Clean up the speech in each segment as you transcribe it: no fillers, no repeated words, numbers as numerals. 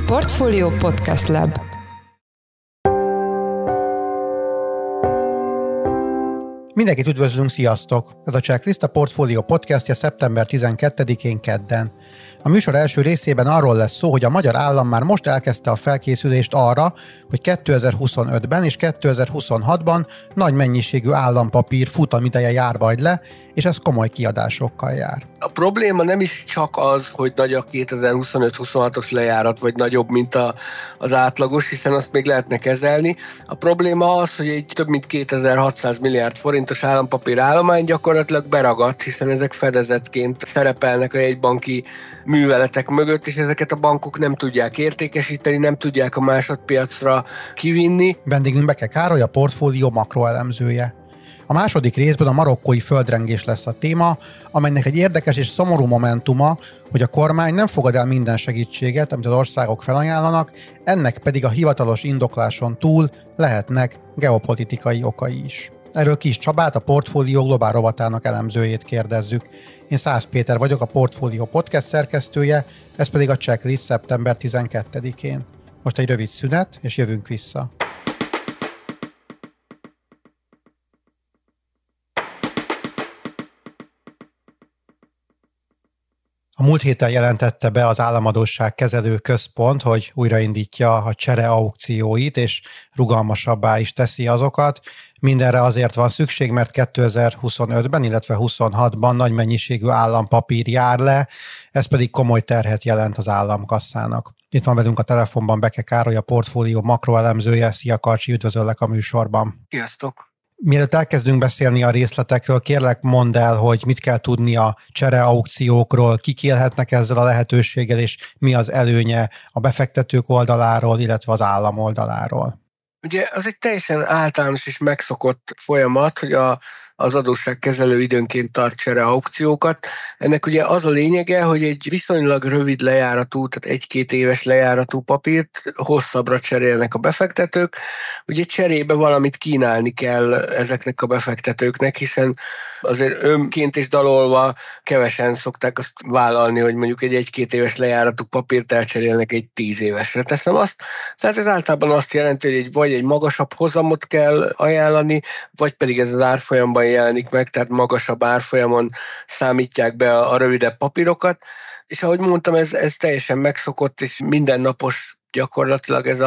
Portfolio Podcast Lab. Mindenkit üdvözlünk, sziasztok! Ez a Checklist a Portfolio podcastja szeptember 12-én kedden. A műsor első részében arról lesz szó, hogy a magyar állam már most elkezdte a felkészülést arra, hogy 2025-ben és 2026-ban nagy mennyiségű állampapír futamideje jár majd le, és ez komoly kiadásokkal jár. A probléma nem is csak az, hogy nagy a 2025-26-os lejárat, vagy nagyobb, mint az átlagos, hiszen azt még lehetne kezelni. A probléma az, hogy egy több mint 2600 milliárd forintos állampapír állomány gyakorlatilag beragadt, hiszen ezek fedezetként szerepelnek a jegybanki műveletek mögött, és ezeket a bankok nem tudják értékesíteni, nem tudják a másodpiacra kivinni. Vendégünk Beke Károly, a Portfolio makroelemzője. A második részben a marokkói földrengés lesz a téma, amelynek egy érdekes és szomorú momentuma, hogy a kormány nem fogad el minden segítséget, amit az országok felajánlanak, ennek pedig a hivatalos indokláson túl lehetnek geopolitikai okai is. Erről Kis Csabát, a Portfolio globál rovatának elemzőjét kérdezzük. Én Szász Péter vagyok, a Portfolio podcast szerkesztője, ez pedig a Checklist szeptember 12-én. Most egy rövid szünet, és jövünk vissza. A múlt héten jelentette be az Államadósság Kezelő Központ, hogy újraindítja a csereaukcióit, és rugalmasabbá is teszi azokat. Mindenre azért van szükség, mert 2025-ben, illetve 2026-ban nagy mennyiségű állampapír jár le, ez pedig komoly terhet jelent az államkasszának. Itt van velünk a telefonban Beke Károly, a Portfolio makroelemzője. Szia Karcsi, üdvözöllek a műsorban. Sziasztok! Mielőtt elkezdünk beszélni a részletekről, kérlek mondd el, hogy mit kell tudni a csereaukciókról, kik élhetnek ezzel a lehetőséggel, és mi az előnye a befektetők oldaláról, illetve az állam oldaláról. Ugye az egy teljesen általános és megszokott folyamat, hogy az adósságkezelő időnként tart csereaukciókat. Ennek ugye az a lényege, hogy egy viszonylag rövid lejáratú, tehát 1-2 éves lejáratú papírt hosszabbra cserélnek a befektetők. Ugye cserébe valamit kínálni kell ezeknek a befektetőknek, hiszen azért önként és dalolva kevesen szokták azt vállalni, hogy mondjuk egy 1-2 éves lejáratú papírt elcserélnek egy 10 évesre. Teszem azt. Tehát ez általában azt jelenti, hogy vagy egy magasabb hozamot kell ajánlani, vagy pedig ez az árfolyamban jelenik meg, tehát magasabb árfolyamon számítják be a rövidebb papírokat, és ahogy mondtam, ez teljesen megszokott, és mindennapos gyakorlatilag ez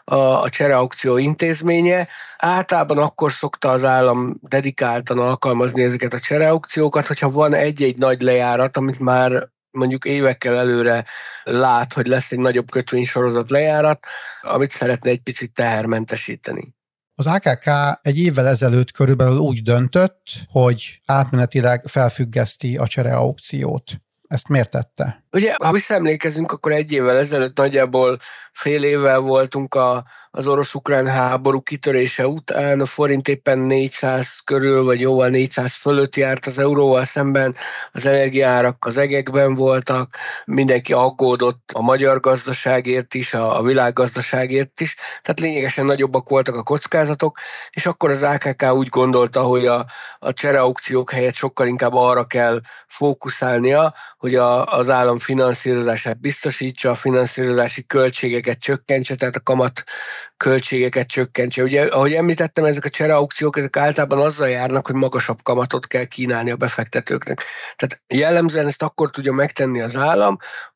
a csereaukció intézménye. Általában akkor szokta az állam dedikáltan alkalmazni ezeket a csereaukciókat, hogyha van egy-egy nagy lejárat, amit már mondjuk évekkel előre lát, hogy lesz egy nagyobb kötvénysorozat lejárat, amit szeretne egy picit tehermentesíteni. Az AKK egy évvel ezelőtt körülbelül úgy döntött, hogy átmenetileg felfüggeszti a csereaukciót. Ezt miért tette? Ugye, ha visszaemlékezünk, akkor egy évvel ezelőtt nagyjából fél évvel voltunk az orosz-ukrán háború kitörése után, a forint éppen 400 körül, vagy jóval 400 fölött járt az euróval szemben, az energiaárak az egekben voltak, mindenki aggódott a magyar gazdaságért is, a világgazdaságért is, tehát lényegesen nagyobbak voltak a kockázatok, és akkor az AKK úgy gondolta, hogy a csereaukciók helyett sokkal inkább arra kell fókuszálnia, hogy az állam finanszírozását biztosítsa, a finanszírozási költségeket csökkentse, tehát a kamat költségeket csökkentse. Ugye, ahogy említettem, ezek a csereaukciók, ezek általában azzal járnak, hogy magasabb kamatot kell kínálni a befektetőknek. Tehát jellemzően ezt akkor tudja megtenni az állam,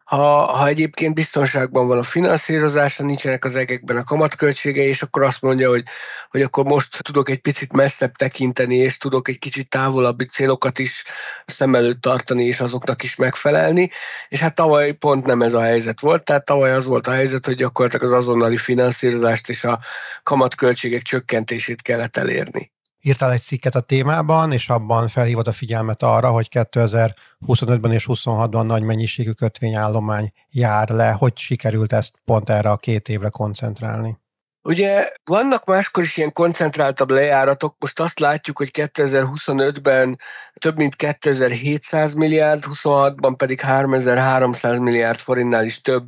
ha egyébként biztonságban van a finanszírozása, nincsenek az egekben a kamatköltségei, és akkor azt mondja, hogy akkor most tudok egy picit messzebb tekinteni, és tudok egy kicsit távolabbi célokat is szem előtt tartani, és azoknak is megfelelni. És hát tavaly pont nem ez a helyzet volt, tehát tavaly az volt a helyzet, hogy gyakorlatilag az azonnali finanszírozást és a kamatköltségek csökkentését kellett elérni. Írtál egy cikket a témában, és abban felhívod a figyelmet arra, hogy 2025-ben és 2026-ban nagy mennyiségű kötvényállomány jár le. Hogy sikerült ezt pont erre a 2 évre koncentrálni? Ugye vannak máskor is ilyen koncentráltabb lejáratok, most azt látjuk, hogy 2025-ben több mint 2700 milliárd, 26-ban pedig 3300 milliárd forintnál is több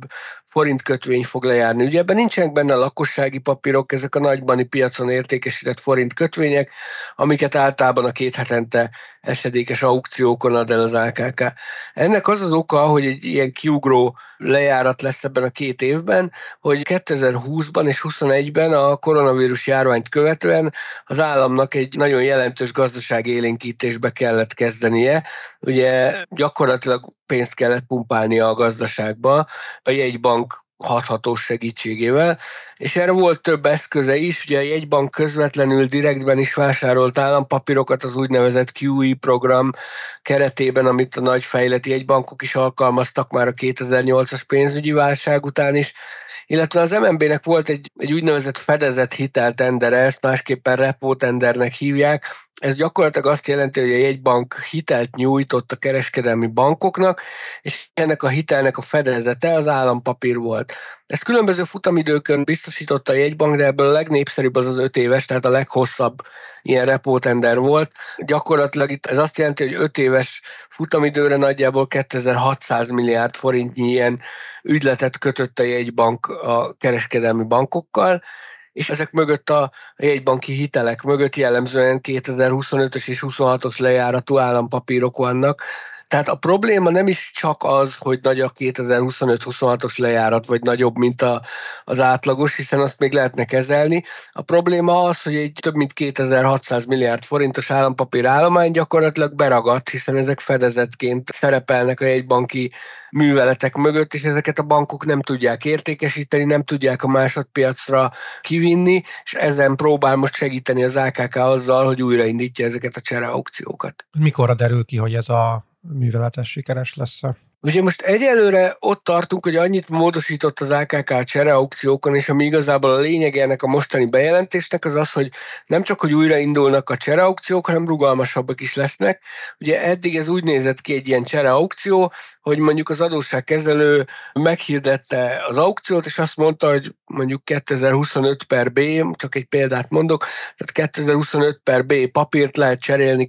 forint kötvény fog lejárni. Ugye ebben nincsenek benne lakossági papírok, ezek a nagybani piacon értékesített forint kötvények, amiket általában a 2 hetente esedékes aukciókon ad el az AKK. Ennek az az oka, hogy egy ilyen kiugró lejárat lesz ebben a 2 évben, hogy 2020-ban és 2021-ben a koronavírus járványt követően az államnak egy nagyon jelentős gazdaságélénkítésbe kellett kezdenie. Ugye gyakorlatilag pénzt kellett pumpálnia a gazdaságba a jegybank hathatós segítségével, és erre volt több eszköze is, ugye a jegybank közvetlenül direktben is vásárolt állampapírokat az úgynevezett QE program keretében, amit a nagy fejleti jegybankok is alkalmaztak már a 2008-as pénzügyi válság után is, illetve az MNB-nek volt egy úgynevezett fedezett hiteltendere, ezt másképpen repo tendernek hívják. Ez gyakorlatilag azt jelenti, hogy a jegybank hitelt nyújtott a kereskedelmi bankoknak, és ennek a hitelnek a fedezete az állampapír volt. Ezt különböző futamidőkön biztosította a jegybank, de ebből a legnépszerűbb az 5 éves, tehát a leghosszabb ilyen repo tender volt. Gyakorlatilag itt ez azt jelenti, hogy 5 éves futamidőre nagyjából 2600 milliárd forintnyi ilyen ügyletet kötött a jegybank a kereskedelmi bankokkal, és ezek mögött a jegybanki hitelek mögött jellemzően 2025-ös és 26-os lejáratú állampapírok vannak. Tehát a probléma nem is csak az, hogy nagy a 2025-26-os lejárat, vagy nagyobb, mint az átlagos, hiszen azt még lehetne kezelni. A probléma az, hogy egy több mint 2600 milliárd forintos állampapír állomány gyakorlatilag beragadt, hiszen ezek fedezetként szerepelnek a jegybanki műveletek mögött, és ezeket a bankok nem tudják értékesíteni, nem tudják a másodpiacra kivinni, és ezen próbál most segíteni az AKK azzal, hogy újraindítja ezeket a csereaukciókat. Mikorra derül ki, hogy ez a műveletes sikeres lesz? Ugye most egyelőre ott tartunk, hogy annyit módosított az AKK a csereaukciókon, és ami igazából a lényege ennek a mostani bejelentésnek az az, hogy nem csak, hogy újraindulnak a csereaukciók, hanem rugalmasabbak is lesznek. Ugye eddig ez úgy nézett ki egy ilyen csereaukció, hogy mondjuk az adósságkezelő meghirdette az aukciót, és azt mondta, hogy mondjuk 2025 per B, csak egy példát mondok, tehát 2025 per B papírt lehet cserélni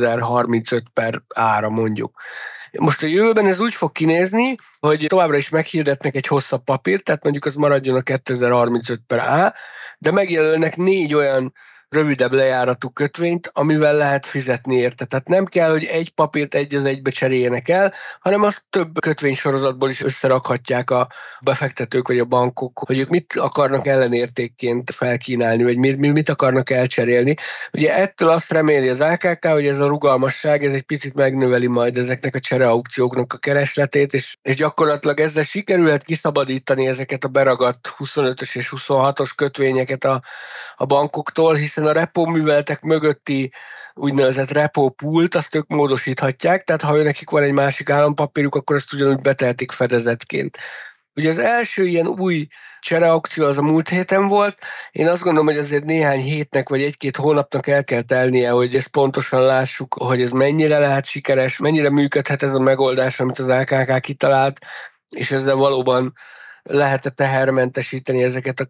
2035 per A-ra mondjuk. Most a jövőben ez úgy fog kinézni, hogy továbbra is meghirdetnek egy hosszabb papírt, tehát mondjuk az maradjon a 2035 per A, de megjelölnek 4 olyan rövidebb lejáratú kötvényt, amivel lehet fizetni érte. Tehát nem kell, hogy egy papírt egy az egybe cseréljenek el, hanem azt több kötvénysorozatból is összerakhatják a befektetők vagy a bankok, hogy ők mit akarnak ellenértékként felkínálni, vagy mit akarnak elcserélni. Ugye ettől azt reméli az AKK, hogy ez a rugalmasság, ez egy picit megnöveli majd ezeknek a csereaukcióknak a keresletét, és gyakorlatilag ezzel sikerülhet kiszabadítani ezeket a beragadt 25-ös és 26-os kötvényeket a bankoktól, hiszen a repo műveletek mögötti úgynevezett repo poolt, azt ők módosíthatják, tehát ha nekik van egy másik állampapírjuk, akkor ezt ugyanúgy betehetik fedezetként. Ugye az első ilyen új csereaukció az a múlt héten volt. Én azt gondolom, hogy azért néhány hétnek vagy 1-2 hónapnak el kell telnie, hogy ezt pontosan lássuk, hogy ez mennyire lehet sikeres, mennyire működhet ez a megoldás, amit az AKK kitalált, és ezzel valóban lehet tehermentesíteni ezeket a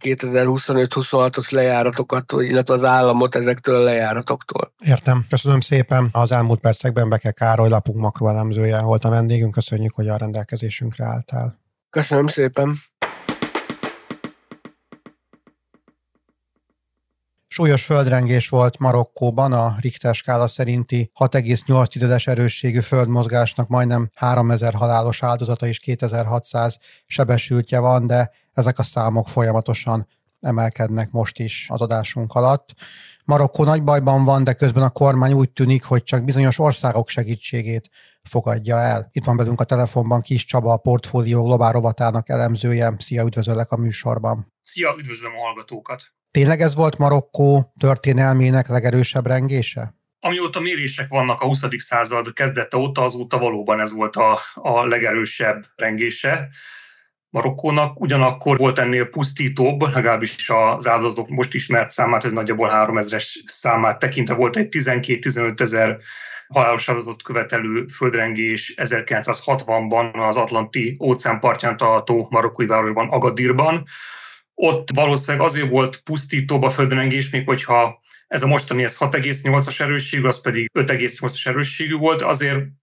2025-26-os lejáratokat, illetve az államot ezektől a lejáratoktól. Értem. Köszönöm szépen. Az elmúlt percekben Beke Károly, lapunk makroelemzője volt a vendégünk. Köszönjük, hogy a rendelkezésünkre álltál. Köszönöm szépen. Súlyos földrengés volt Marokkóban, a Richter skála szerinti 6,8-es erősségű földmozgásnak majdnem 3000 halálos áldozata és 2600 sebesültje van, de ezek a számok folyamatosan emelkednek most is az adásunk alatt. Marokkó nagy bajban van, de közben a kormány úgy tűnik, hogy csak bizonyos országok segítségét fogadja el. Itt van velünk a telefonban Kis Csaba, a Portfólió globál rovatának elemzője. Szia, üdvözöllek a műsorban. Szia, üdvözlöm a hallgatókat. Tényleg ez volt Marokkó történelmének legerősebb rengése? Amióta mérések vannak a 20. század kezdete óta, azóta valóban ez volt a legerősebb rengése Marokkónak. Ugyanakkor volt ennél pusztítóbb, legalábbis az áldozatok most ismert számát, ez nagyjából 3000-es számát tekintve volt egy 12-15 ezer halálos áldozatot követelő földrengés 1960-ban az Atlanti óceán partján található marokkói városban, Agadirban. Ott valószínűleg azért volt pusztítóbb a földrengés, még hogyha ez a mostani 6,8-as erősségű, az pedig 5,8-as erősségű volt, azért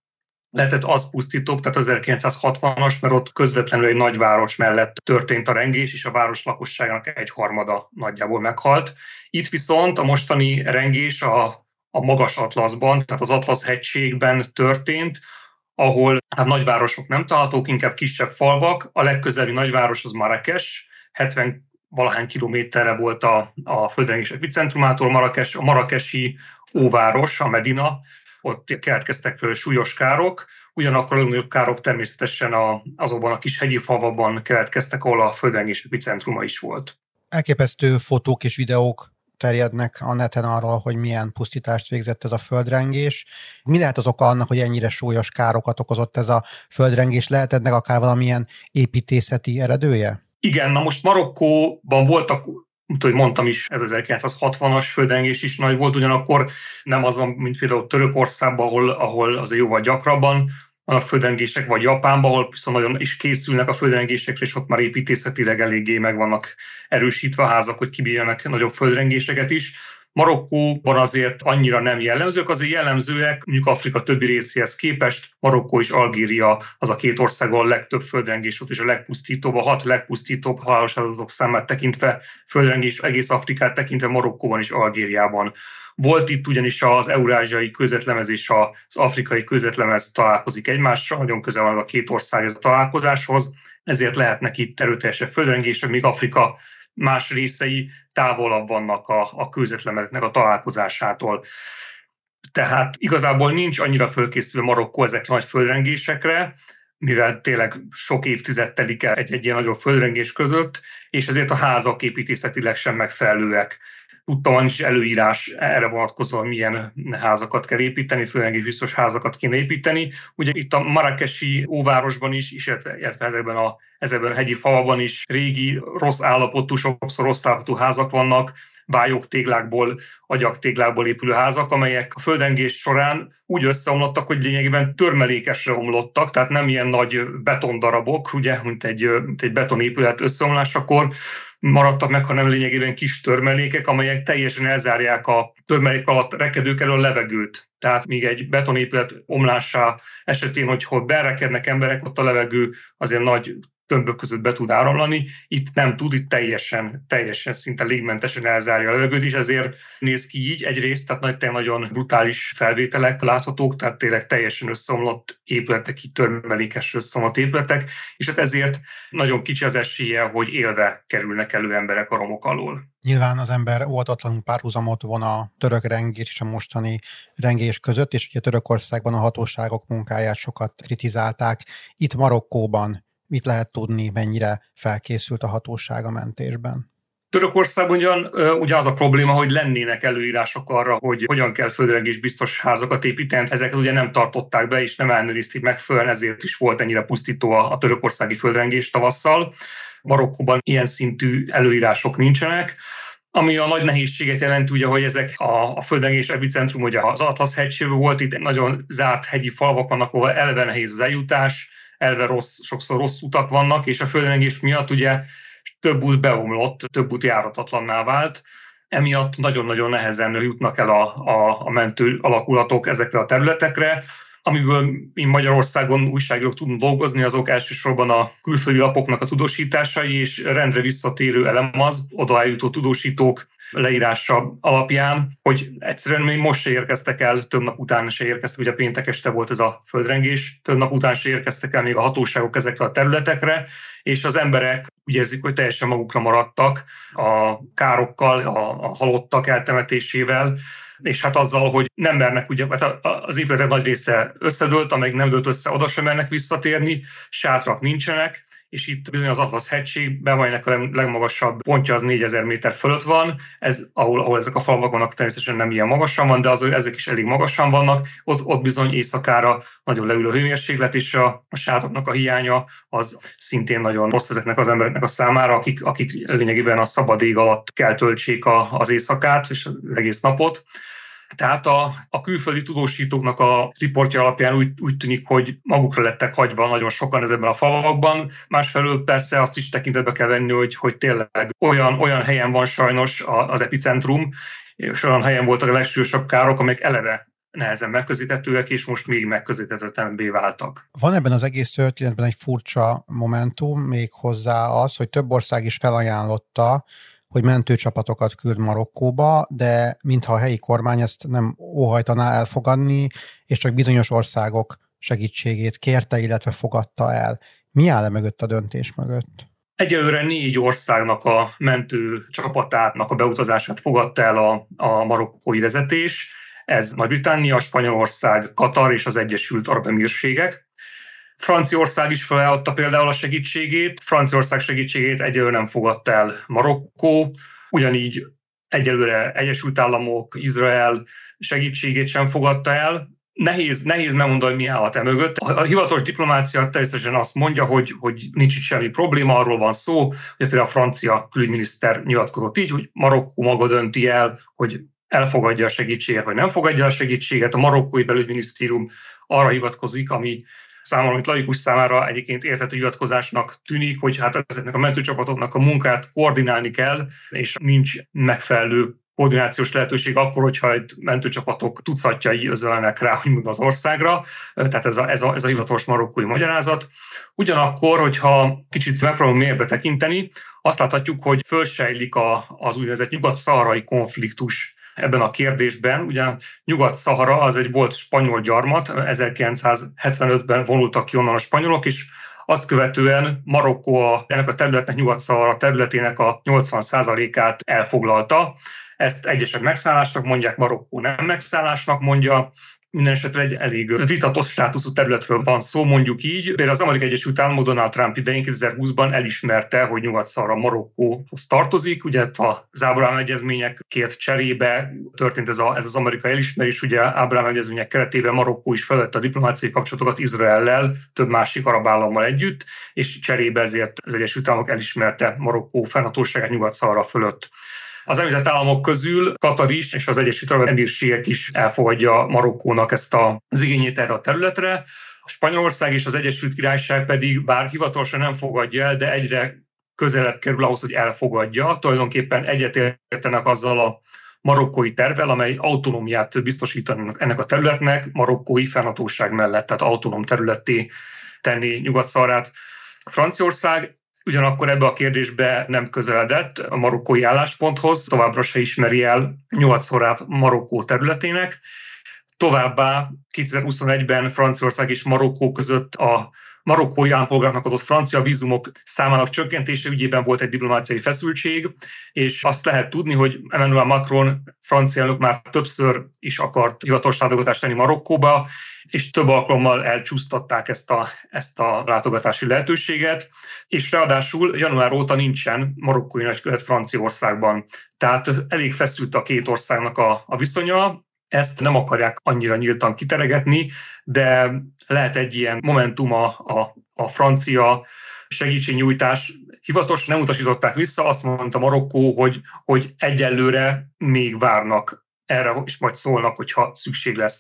lehetett az pusztítóbb, tehát 1960-as, mert ott közvetlenül egy nagyváros mellett történt a rengés, és a város lakosságának 1/3 nagyjából meghalt. Itt viszont a mostani rengés a magas Atlaszban, tehát az Atlasz-hegységben történt, ahol nagyvárosok nem találhatók, inkább kisebb falvak. A legközelebbi nagyváros az Marrakech, 70-valahány kilométerre volt a földrengés epicentrumától. A marrakesi óváros, a Medina, ott keletkeztek súlyos károk, ugyanakkor a legnagyobb károk természetesen azokban a kis hegyi falvakban keletkeztek, ahol a földrengés epicentruma is volt. Elképesztő fotók és videók terjednek a neten arról, hogy milyen pusztítást végzett ez a földrengés. Mi lehet az oka annak, hogy ennyire súlyos károkat okozott ez a földrengés? Lehet ennek akár valamilyen építészeti eredője? Igen, na most Marokkóban voltak, hogy mondtam is, ez 1960-as földrengés is nagy volt, ugyanakkor nem az van, mint például Törökországban, ahol azért jóval gyakrabban vannak földrengések, vagy Japánban, ahol viszont nagyon is készülnek a földrengésekre, és ott már építészetileg eléggé meg vannak erősítve a házak, hogy kibírjanak nagyobb földrengéseket is. Marokkóban azért annyira nem jellemzők, azért jellemzőek mondjuk Afrika többi részéhez képest. Marokkó és Algéria az a két ország, ahol a legtöbb földrengés volt, és a legpusztítóbb, a 6 legpusztítóbb halálos áldozatok számát tekintve, földrengés egész Afrikát tekintve Marokkóban és Algériában. Volt itt ugyanis az eurázsiai kőzetlemez és az afrikai kőzetlemez találkozik egymással, nagyon közel van a két ország ez a találkozáshoz, ezért lehetnek itt erőteljesebb földrengések, míg Afrika más részei távolabb vannak a kőzetlemezeknek a találkozásától. Tehát igazából nincs annyira fölkészülve Marokkó ezekre nagy földrengésekre, mivel tényleg sok évtized telik el egy ilyen nagyobb földrengés között, és ezért a házak építészetileg sem megfelelőek. Tudtam, van is előírás erre vonatkozóan, milyen házakat kell építeni, főleg biztos házakat kéne építeni. Ugye itt a marrakesi óvárosban is, illetve ezekben a hegyi falvakban is régi, rossz állapotú, sokszor rossz állapotú házak vannak, vályok téglákból, agyaktéglákból épülő házak, amelyek a földrengés során úgy összeomlottak, hogy lényegében törmelékesre omlottak, tehát nem ilyen nagy betondarabok, ugye, mint egy betonépület összeomlásakor maradtak meg, hanem lényegében kis törmelékek, amelyek teljesen elzárják a törmelék alatt rekedők elől a levegőt. Tehát még egy betonépület omlása esetén, hogyha berekednek emberek, ott a levegő azért nagy tömbök között be tud áramlani, itt nem tud, itt teljesen szinte légmentesen elzárja a levegőt is, ezért néz ki így egyrészt, tehát nagyon brutális felvételek láthatók, tehát tényleg teljesen összeomlott épületek, így törmelékes összeomlott épületek, és hát ezért nagyon kicsi az esélye, hogy élve kerülnek elő emberek a romok alól. Nyilván az ember oldatlanul párhuzamot von a török rengés és a mostani rengés között, és ugye Törökországban a hatóságok munkáját sokat kritizálták. Itt Marokkóban mit lehet tudni, mennyire felkészült a hatóság a mentésben? Törökországban ugye az a probléma, hogy lennének előírások arra, hogy hogyan kell földrengés biztos házakat építeni. Ezeket ugye nem tartották be, és nem ellenőrizték megfelelően, ezért is volt ennyire pusztító a törökországi földrengés tavasszal. Marokkóban ilyen szintű előírások nincsenek. Ami a nagy nehézséget jelenti, ugye, hogy ezek a földrengés epicentrum ugye az Atlasz-hegységben volt, itt nagyon zárt hegyi falvak vannak, ahol eleve nehéz az eljutás, elve sokszor rossz utak vannak, és a földrengés miatt ugye több út beomlott, több út járatatlanná vált. Emiatt nagyon-nagyon nehezen jutnak el a mentő alakulatok ezekre a területekre. Amiből mi Magyarországon újságírók tudunk dolgozni, azok elsősorban a külföldi lapoknak a tudósításai, és rendre visszatérő elem az, oda eljutó tudósítók leírása alapján, hogy egyszerűen még most se érkeztek el, több nap után se érkeztek, ugye péntek este volt ez a földrengés, több nap után se érkeztek el még a hatóságok ezekre a területekre, és az emberek úgy érzik, hogy teljesen magukra maradtak a károkkal, a halottak eltemetésével, és hát azzal, hogy nem mernek, ugye az épületek nagy része összedőlt, amelyik nem dőlt össze, oda sem mernek visszatérni, sátrak nincsenek, és itt bizony az Atlasz-hegységben, amelynek a legmagasabb pontja az 4000 méter fölött van, ahol ezek a falvak vannak, természetesen nem ilyen magasan van, de ezek is elég magasan vannak, ott bizony éjszakára nagyon leül a hőmérséklet, és a sátraknak a hiánya az szintén nagyon rossz ezeknek az embereknek a számára, akik lényegében a szabad ég alatt kell töltsék az éjszakát és az egész napot. Tehát a külföldi tudósítóknak a riportja alapján úgy tűnik, hogy magukra lettek hagyva nagyon sokan ezekben a falvakban. Másfelől persze azt is tekintetbe kell venni, hogy tényleg olyan helyen van sajnos az epicentrum, és olyan helyen voltak a legsúlyosabb károk, amelyek eleve nehezen megközelíthetőek, és most még megközelíthetetlenebbé váltak. Van ebben az egész történetben egy furcsa momentum, még hozzá az, hogy több ország is felajánlotta, hogy mentőcsapatokat küld Marokkóba, de mintha a helyi kormány ezt nem óhajtaná elfogadni, és csak bizonyos országok segítségét kérte, illetve fogadta el. Mi áll mögött a döntés mögött? Egyelőre 4 országnak a mentő csapatának a beutazását fogadta el a marokkói vezetés. Ez Nagy-Britannia, Spanyolország, Katar és az Egyesült Arab Emírségek. Franciaország is felajánlotta például a segítségét. Franciaország segítségét egyelőre nem fogadta el Marokkó. Ugyanígy egyelőre Egyesült Államok, Izrael segítségét sem fogadta el. Nehéz megmondani, hogy mi állat mögött. A hivatalos diplomácia természetesen azt mondja, hogy nincs itt semmi probléma, arról van szó, hogy például a francia külügyminiszter nyilatkozott így, hogy Marokkó maga dönti el, hogy elfogadja a segítséget, vagy nem fogadja a segítséget. A marokkói belügyminisztérium arra hivatkozik, ami számomra, mint laikus számára egyébként érthető hivatkozásnak tűnik, hogy hát ezeknek a mentőcsapatoknak a munkát koordinálni kell, és nincs megfelelő koordinációs lehetőség akkor, hogyha egy mentőcsapatok tucatjai özölnek rá, úgymond az országra, tehát ez a hivatalos marokkói magyarázat. Ugyanakkor, hogyha kicsit megpróbálunk mélyebbre tekinteni, azt láthatjuk, hogy fölsejlik az úgynevezett nyugat-szaharai konfliktus ebben a kérdésben. Ugyan Nyugat-Szahara az egy volt spanyol gyarmat, 1975-ben vonultak ki onnan a spanyolok, és azt követően Marokkó ennek a területnek, Nyugat-Szahara területének a 80%-át elfoglalta. Ezt egyesek megszállásnak mondják, Marokkó nem megszállásnak mondja. Minden esetre egy elég vitatos státuszú területről van szó, mondjuk így. Például az Amerikai Egyesült Államok Donald Trump idején 2020-ban elismerte, hogy Nyugat-Szahara Marokkóhoz tartozik. Ugye az Ábrahám egyezményekért cserébe történt ez az amerikai elismerés. Ugye Ábrahám egyezmények keretében Marokkó is felvette a diplomáciai kapcsolatokat Izraellel, több másik arab állammal együtt, és cserébe ezért az Egyesült Államok elismerte Marokkó fennhatóságát Nyugat-Szahara fölött. Az említett államok közül Katar is és az Egyesült Arab Emírségek is elfogadja Marokkónak ezt az igényét erre a területre. A Spanyolország és az Egyesült Királyság pedig, bár hivatalosan nem fogadja el, de egyre közelebb kerül ahhoz, hogy elfogadja. Tulajdonképpen egyetértenek azzal a marokkói tervvel, amely autonómiát biztosítanak ennek a területnek marokkói fennhatóság mellett, tehát autonóm területté tenni Nyugat-Szaharát. Franciaország ugyanakkor ebbe a kérdésbe nem közeledett a marokkói állásponthoz, továbbra se ismeri el Nyugat-Szaharát Marokkó területének. Továbbá 2021-ben Franciaország és Marokkó között a marokkói állampolgároknak adott francia vízumok számának csökkentése ügyében volt egy diplomáciai feszültség, és azt lehet tudni, hogy Emmanuel Macron francia elnök már többször is akart hivatalos látogatást tenni Marokkóba, és több alkalommal elcsúsztatták ezt a látogatási lehetőséget, és ráadásul január óta nincsen marokkói nagykövet Franciaországban. Tehát elég feszült a két országnak a viszonya. Ezt nem akarják annyira nyíltan kiteregetni, de lehet egy ilyen momentum a francia segítségnyújtás. Hivatalosan nem utasították vissza, azt mondta Marokkó, hogy egyelőre még várnak erre, és majd szólnak, hogyha szükség lesz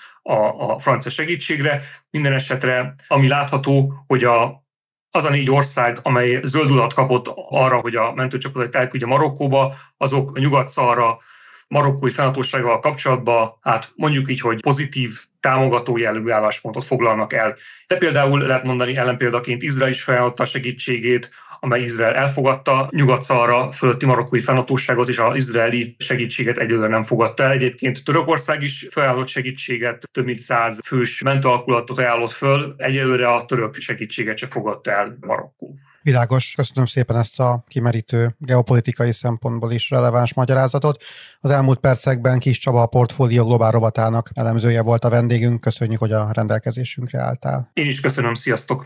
a francia segítségre. Minden esetre, ami látható, hogy az a 4 ország, amely zöld utat kapott arra, hogy a mentőcsapatot elküldje Marokkóba, azok a Nyugat-Szahara marokkói fennhatósággal kapcsolatban, hát mondjuk így, hogy pozitív, támogató jellegű álláspontot foglalnak el. De például lehet mondani ellenpéldaként Izrael is felajánlotta a segítségét, amely Izrael elfogadta Nyugat-Szahara fölötti marokkói fennhatóságot, és az izraeli segítséget egyelőre nem fogadta el. Egyébként Törökország is felajánlott segítséget, több mint 100 fős mentőalkulatot ajánlott föl, egyelőre a török segítséget se fogadta el Marokkó. Világos, köszönöm szépen ezt a kimerítő geopolitikai szempontból is releváns magyarázatot. Az elmúlt percekben Kiss Csaba, a Portfólió Globál rovatának elemzője volt a vendégünk. Köszönjük, hogy a rendelkezésünkre álltál. Én is köszönöm, sziasztok!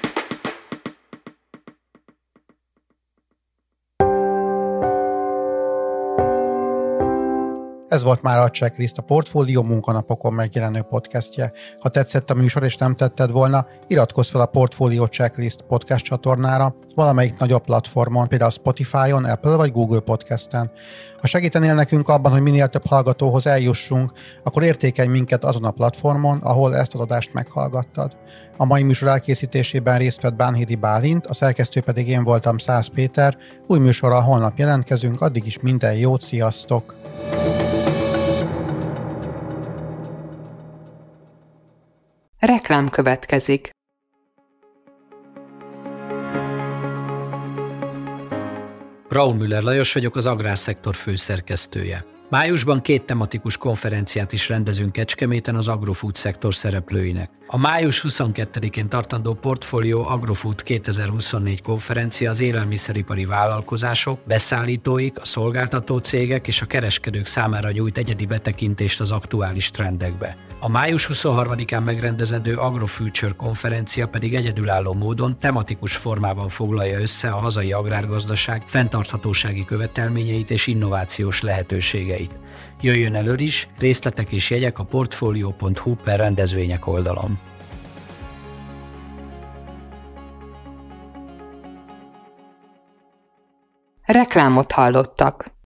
Ez volt már a Checklist, a Portfólió munkanapokon megjelenő podcastje. Ha tetszett a műsor és nem tetted volna, iratkozz fel a Portfólió Checklist podcast csatornára valamelyik nagyobb platformon, például Spotify-on, Apple vagy Google Podcasten. Ha segítenél nekünk abban, hogy minél több hallgatóhoz eljussunk, akkor értékelj minket azon a platformon, ahol ezt az adást meghallgattad. A mai műsor elkészítésében részt vett Bánhidi Bálint, a szerkesztő pedig én voltam, Szász Péter. Új műsorral holnap jelentkezünk, addig is minden jót, sziasztok! Reklám következik. Braun Müller Lajos vagyok, az Agrárszektor főszerkesztője. Májusban 2 tematikus konferenciát is rendezünk Kecskeméten az agrofood szektor szereplőinek. A május 22-én tartandó Portfolio Agrofood 2024 konferencia az élelmiszeripari vállalkozások, beszállítóik, a szolgáltató cégek és a kereskedők számára nyújt egyedi betekintést az aktuális trendekbe. A május 23-án megrendezendő AgroFuture konferencia pedig egyedülálló módon tematikus formában foglalja össze a hazai agrárgazdaság fenntarthatósági követelményeit és innovációs lehetőségeit. Jöjjön elő is, részletek és jegyek a portfolio.hu/rendezvények oldalon. Reklámot hallottak.